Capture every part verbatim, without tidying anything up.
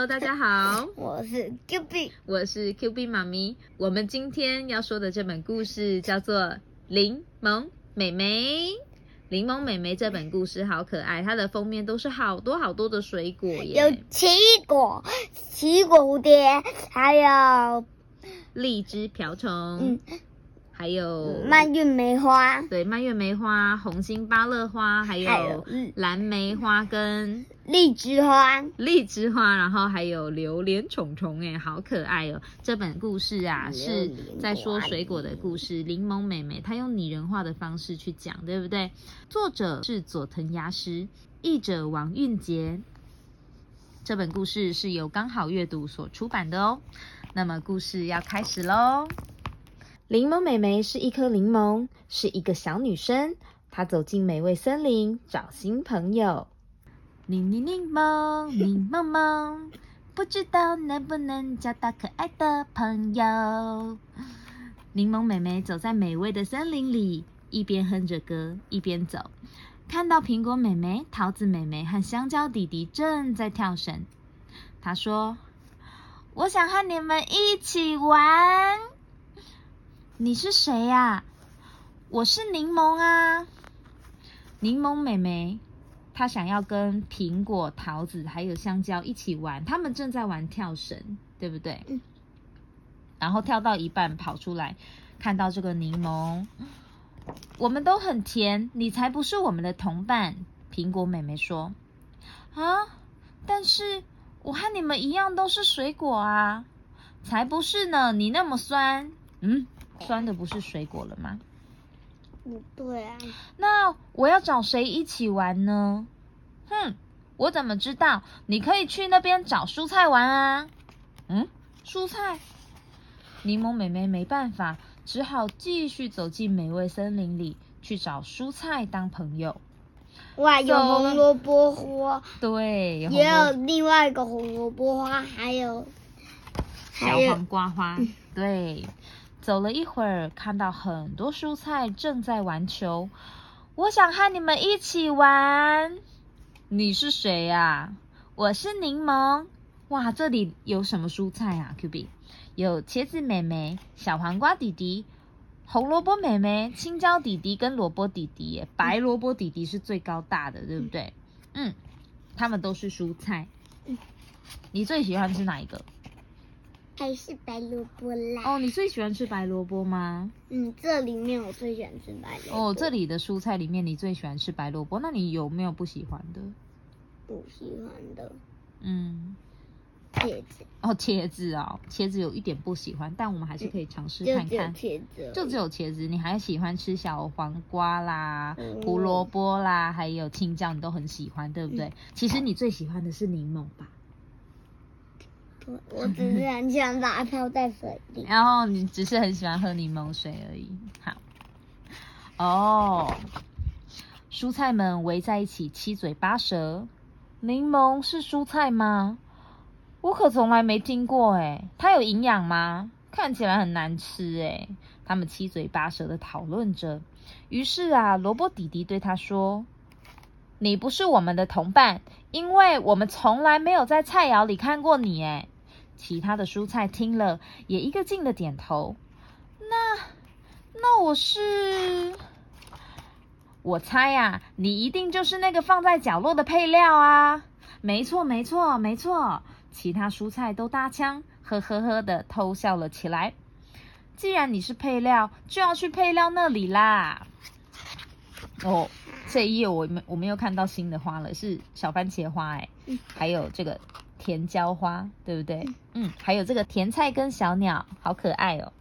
Hello， 大家好， 我是 Q B， 我是 Q B 妈咪。我们今天要说的这本故事叫做《柠檬妹妹》。柠檬妹妹这本故事好可爱，它的封面都是好多好多的水果耶， 有奇异果、奇异果蝴蝶，还有荔枝瓢虫， 嗯， 还有蔓越莓花， 对，蔓越莓花、红心芭乐花，还还有有嗯蓝莓花跟荔枝花。 荔枝花，然后还有榴莲虫虫，哎，好可爱哦！这本故事啊是在说水果的故事，柠檬妹妹她用拟人化的方式去讲，对不对？作者是佐藤芽实，译者王韵杰。这本故事是由刚好阅读所出版的哦。那么故事要开始喽。柠檬妹妹是一颗柠檬，是一个小女生，她走进美味森林找新朋友。柠柠柠檬，柠檬檬，不知道能不能交到可爱的朋友。柠檬妹妹走在美味的森林里，一边哼着歌，一边走。看到苹果妹妹、桃子妹妹和香蕉弟弟正在跳绳。她说：“我想和你们一起玩。”你是谁呀？我是柠檬啊。柠檬妹妹她想要跟苹果、桃子还有香蕉一起玩，他们正在玩跳绳，对不对？ 嗯。 然后跳到一半跑出来，看到这个柠檬，我们都很甜，你才不是我们的同伴。苹果妹妹说：“啊，但是我和你们一样都是水果啊。”才不是呢，你那么酸。嗯，酸的不是水果了吗？ 不对啊。 那我要找谁一起玩呢？哼，我怎么知道？你可以去那边找蔬菜玩啊。嗯，蔬菜？柠檬妹妹没办法，只好继续走进美味森林里去找蔬菜当朋友。 哇，有红萝卜花， 对，有也有另外一个红萝卜花，还有小黄瓜花。对，走了一会儿，看到很多蔬菜正在玩球。我想和你们一起玩。你是谁呀？我是柠檬。哇，这里有什么蔬菜啊 ？Q B 有茄子妹妹、小黄瓜弟弟、红萝卜妹妹、青椒弟弟跟萝卜弟弟耶。白萝卜弟弟是最高大的，对不对？嗯，他们都是蔬菜。你最喜欢吃哪一个？ 还是白萝卜啦。 哦，你最喜欢吃白萝卜吗？ 嗯，这里面我最喜欢吃白萝卜。 哦，这里的蔬菜里面你最喜欢吃白萝卜，那你有没有不喜欢的？ 不喜欢的。 嗯， 茄子。 哦，茄子哦，茄子有一点不喜欢，但我们还是可以尝试看看。 就只有茄子。 就只有茄子，你还喜欢吃小黄瓜啦、 嗯、 胡萝卜啦，还有青椒，你都很喜欢，对不对？嗯、其实你最喜欢的是柠檬吧？ 我只是很喜欢把它泡在水里， 然后你只是很喜欢喝柠檬水而已。好，哦，蔬菜们围在一起七嘴八舌。柠檬是蔬菜吗？我可从来没听过哎，它有营养吗？看起来很难吃哎。他们七嘴八舌的讨论着。于是啊，萝卜弟弟对他说：“你不是我们的同伴，因为我们从来没有在菜肴里看过你哎。”其他的蔬菜听了，也一个劲的点头。那，那我是……我猜呀，你一定就是那个放在角落的配料啊！没错，没错，没错。其他蔬菜都搭腔，呵呵呵的偷笑了起来。既然你是配料，就要去配料那里啦。哦，这一页我们我们又看到新的花了，是小番茄花哎，还有这个甜椒花，对不对？嗯，还有这个甜菜根小鸟，好可爱哦。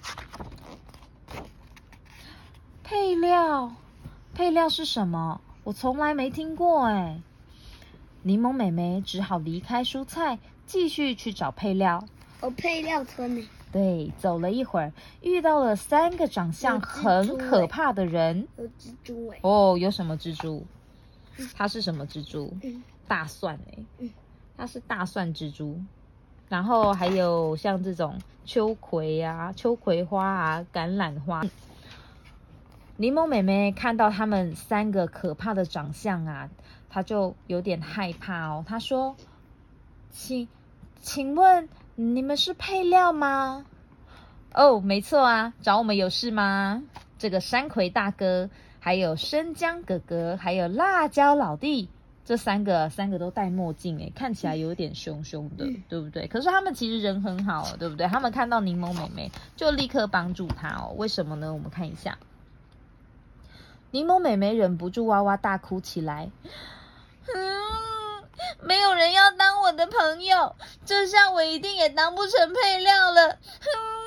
配料，配料是什么？我从来没听过哎。柠檬妹妹只好离开蔬菜，继续去找配料。 哦，配料村呢？ 对，走了一会儿，遇到了三个长相很可怕的人。 有蜘蛛哎。 哦，有什么蜘蛛？它是什么蜘蛛？ 嗯、 大蒜哎。 嗯， 它是大蒜蜘蛛。然后还有像这种秋葵啊、秋葵花啊、橄榄花。柠檬妹妹看到他们三个可怕的长相啊，她就有点害怕哦。她说：“请请问你们是配料吗？哦，没错啊，找我们有事吗？这个山葵大哥，还有生姜哥哥，还有辣椒老弟，这三个三个都戴墨镜，哎，看起来有点凶凶的，嗯、对不对？可是他们其实人很好，对不对？他们看到柠檬妹妹就立刻帮助她哦。为什么呢？我们看一下，柠檬妹妹忍不住哇哇大哭起来。嗯，没有人要当我的朋友，这下我一定也当不成配料了。嗯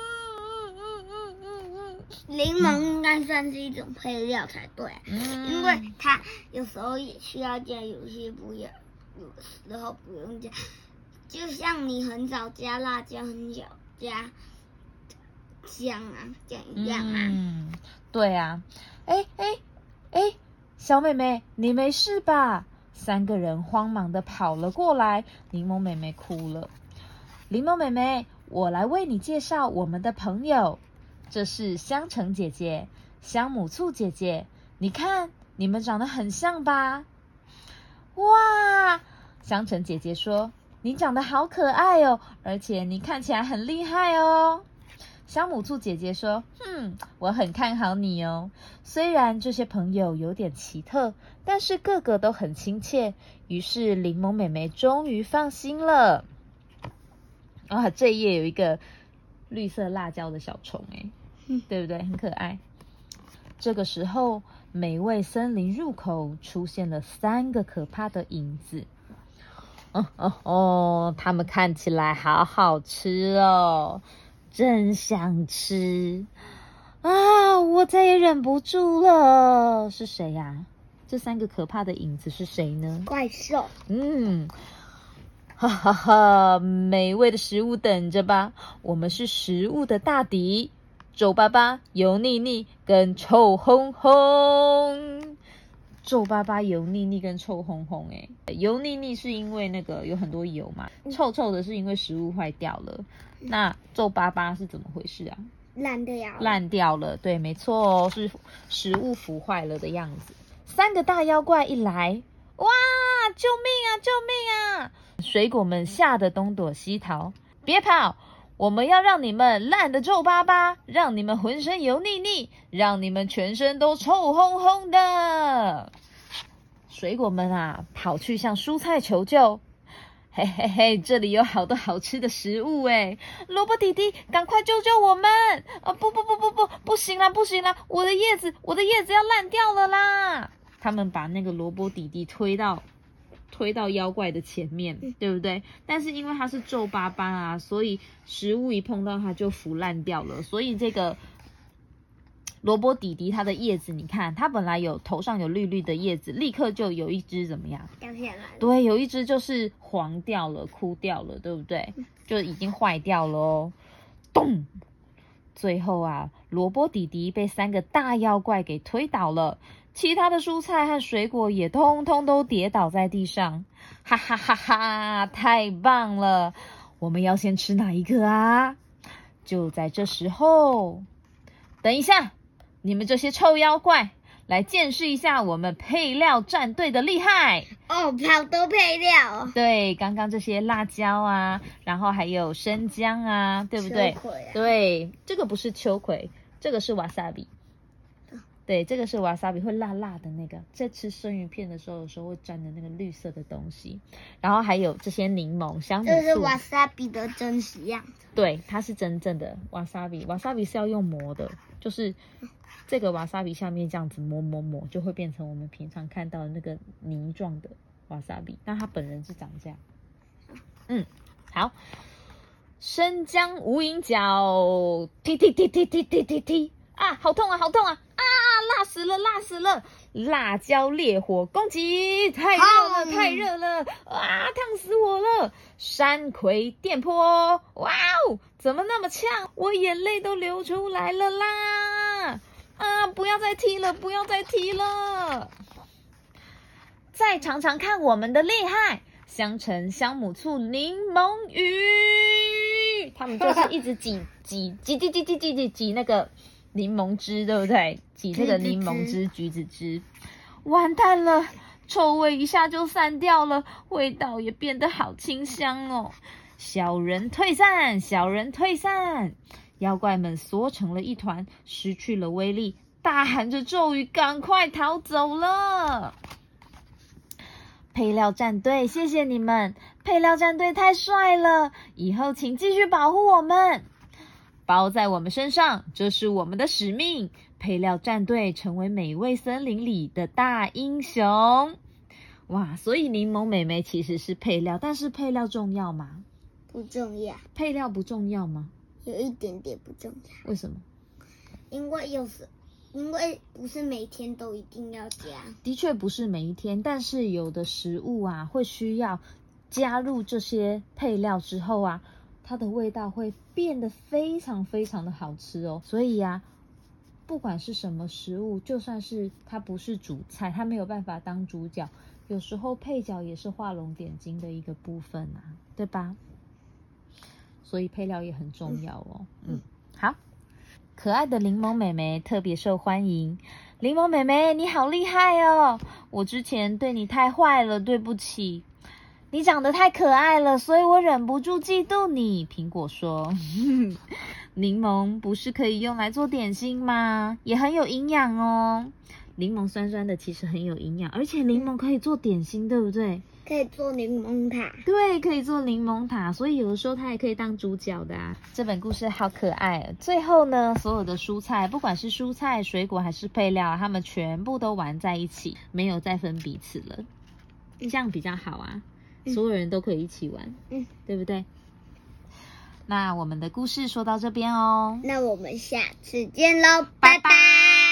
柠檬应该算是一种配料才对， 嗯、 因为它有时候也需要加，有些不要，有时候不用加。就像你很少加辣椒，很少加姜啊，酱一样啊。 嗯，对啊。哎哎哎，小妹妹，你没事吧？三个人慌忙的跑了过来，柠檬妹妹哭了。柠檬妹妹，我来为你介绍我们的朋友。这是香橙姐姐，香母醋姐姐，你看，你们长得很像吧？哇！香橙姐姐说：“你长得好可爱哦，而且你看起来很厉害哦。”香母醋姐姐说：“嗯，我很看好你哦。虽然这些朋友有点奇特，但是个个都很亲切。”于是柠檬妹妹终于放心了。啊，这一页有一个绿色辣椒的小虫，哎。对不对？很可爱。这个时候，美味森林入口出现了三个可怕的影子。哦哦哦，它们看起来好好吃哦，真想吃啊！我再也忍不住了。是谁呀、啊？这三个可怕的影子是谁呢？ 怪兽。 嗯。哈哈哈！美味的食物等着吧，我们是食物的大敌。皱巴巴、油腻腻跟臭烘烘，皱巴巴、油腻腻跟臭烘烘，哎，油腻腻是因为那个有很多油嘛，臭臭的是因为食物坏掉了。那皱巴巴是怎么回事啊？ 烂掉了。 烂掉了，对，没错哦，是食物腐坏了的样子。三个大妖怪一来，哇！救命啊！救命啊！水果们吓得东躲西逃，别跑！我们要让你们烂得皱巴巴，让你们浑身油腻腻，让你们全身都臭烘烘的。水果们啊，跑去向蔬菜求救。嘿嘿嘿，这里有好多好吃的食物诶，萝卜弟弟，赶快救救我们！啊，不不不不不，不行啦不行啦，我的叶子，我的叶子要烂掉了啦！他们把那个萝卜弟弟推到。推到妖怪的前面，对不对？但是因为它是皱巴巴啊，所以食物一碰到它就腐烂掉了。所以这个萝卜弟弟它的叶子，你看它本来有头上有绿绿的叶子，立刻就有一只怎么样？ 掉下来。 对，有一只就是黄掉了、枯掉了，对不对？就已经坏掉了哦。咚！最后啊，萝卜弟弟被三个大妖怪给推倒了。其他的蔬菜和水果也通通都跌倒在地上，哈哈哈哈！太棒了！我们要先吃哪一个啊？就在这时候，等一下，你们这些臭妖怪，来见识一下我们配料战队的厉害哦！好多配料。 对，刚刚这些辣椒啊，然后还有生姜啊，对不对？ 秋葵啊。 对，这个不是秋葵，这个是瓦萨比。对，这个是瓦萨比，会辣辣的那个，在吃生鱼片的时候，有时候会沾的那个绿色的东西。然后还有这些柠檬、香母醋， 这是瓦萨比的真实样子。 对，它是真正的瓦萨比。瓦萨比是要用磨的，就是这个瓦萨比下面这样子磨磨磨，就会变成我们平常看到的那个泥状的瓦萨比。但它本人是长这样。嗯，好。生姜无影脚，踢踢踢踢踢踢踢踢啊！好痛啊，好痛啊！啊，辣死了，辣死了！辣椒烈火攻击，太热了，太热了！啊，烫死我了！山葵电波，哇哦，怎么那么呛？我眼泪都流出来了啦！啊，不要再踢了，不要再踢了！再尝尝看我们的厉害！香橙、香母醋、柠檬鱼，他们就是一直挤挤挤挤挤挤挤挤挤那个柠檬汁，对不对？挤这个柠檬汁、橘子汁，完蛋了，臭味一下就散掉了，味道也变得好清香哦。 小人退散，小人退散！妖怪们缩成了一团，失去了威力，大喊着咒语，赶快逃走了。配料战队，谢谢你们！配料战队太帅了，以后请继续保护我们。包在我们身上，这是我们的使命。配料战队成为美味森林里的大英雄。哇，所以柠檬妹妹其实是配料，但是配料重要吗？ 不重要。 配料不重要吗？ 有一点点不重要。 为什么？ 因为有时，因为不是每天都一定要加。 的确不是每一天，但是有的食物啊，会需要加入这些配料之后啊，它的味道会变得非常非常的好吃哦。所以啊，不管是什么食物，就算是它不是主菜，它没有办法当主角，有时候配角也是画龙点睛的一个部分啊，对吧？所以配料也很重要哦。嗯，好，可爱的柠檬妹妹特别受欢迎。柠檬妹妹，你好厉害哦！我之前对你太坏了，对不起。你长得太可爱了，所以我忍不住嫉妒你。苹果说：“柠檬不是可以用来做点心吗？也很有营养哦。柠檬酸酸的，其实很有营养，而且柠檬可以做点心，对不对？ 可以做柠檬塔。 对，可以做柠檬塔，所以有的时候它也可以当主角的啊。这本故事好可爱。最后呢，所有的蔬菜，不管是蔬菜、水果还是配料，它们全部都玩在一起，没有再分彼此了，这样比较好啊。”所有人都可以一起玩，嗯，对不对？那我们的故事说到这边哦， 那我们下次见喽，拜拜。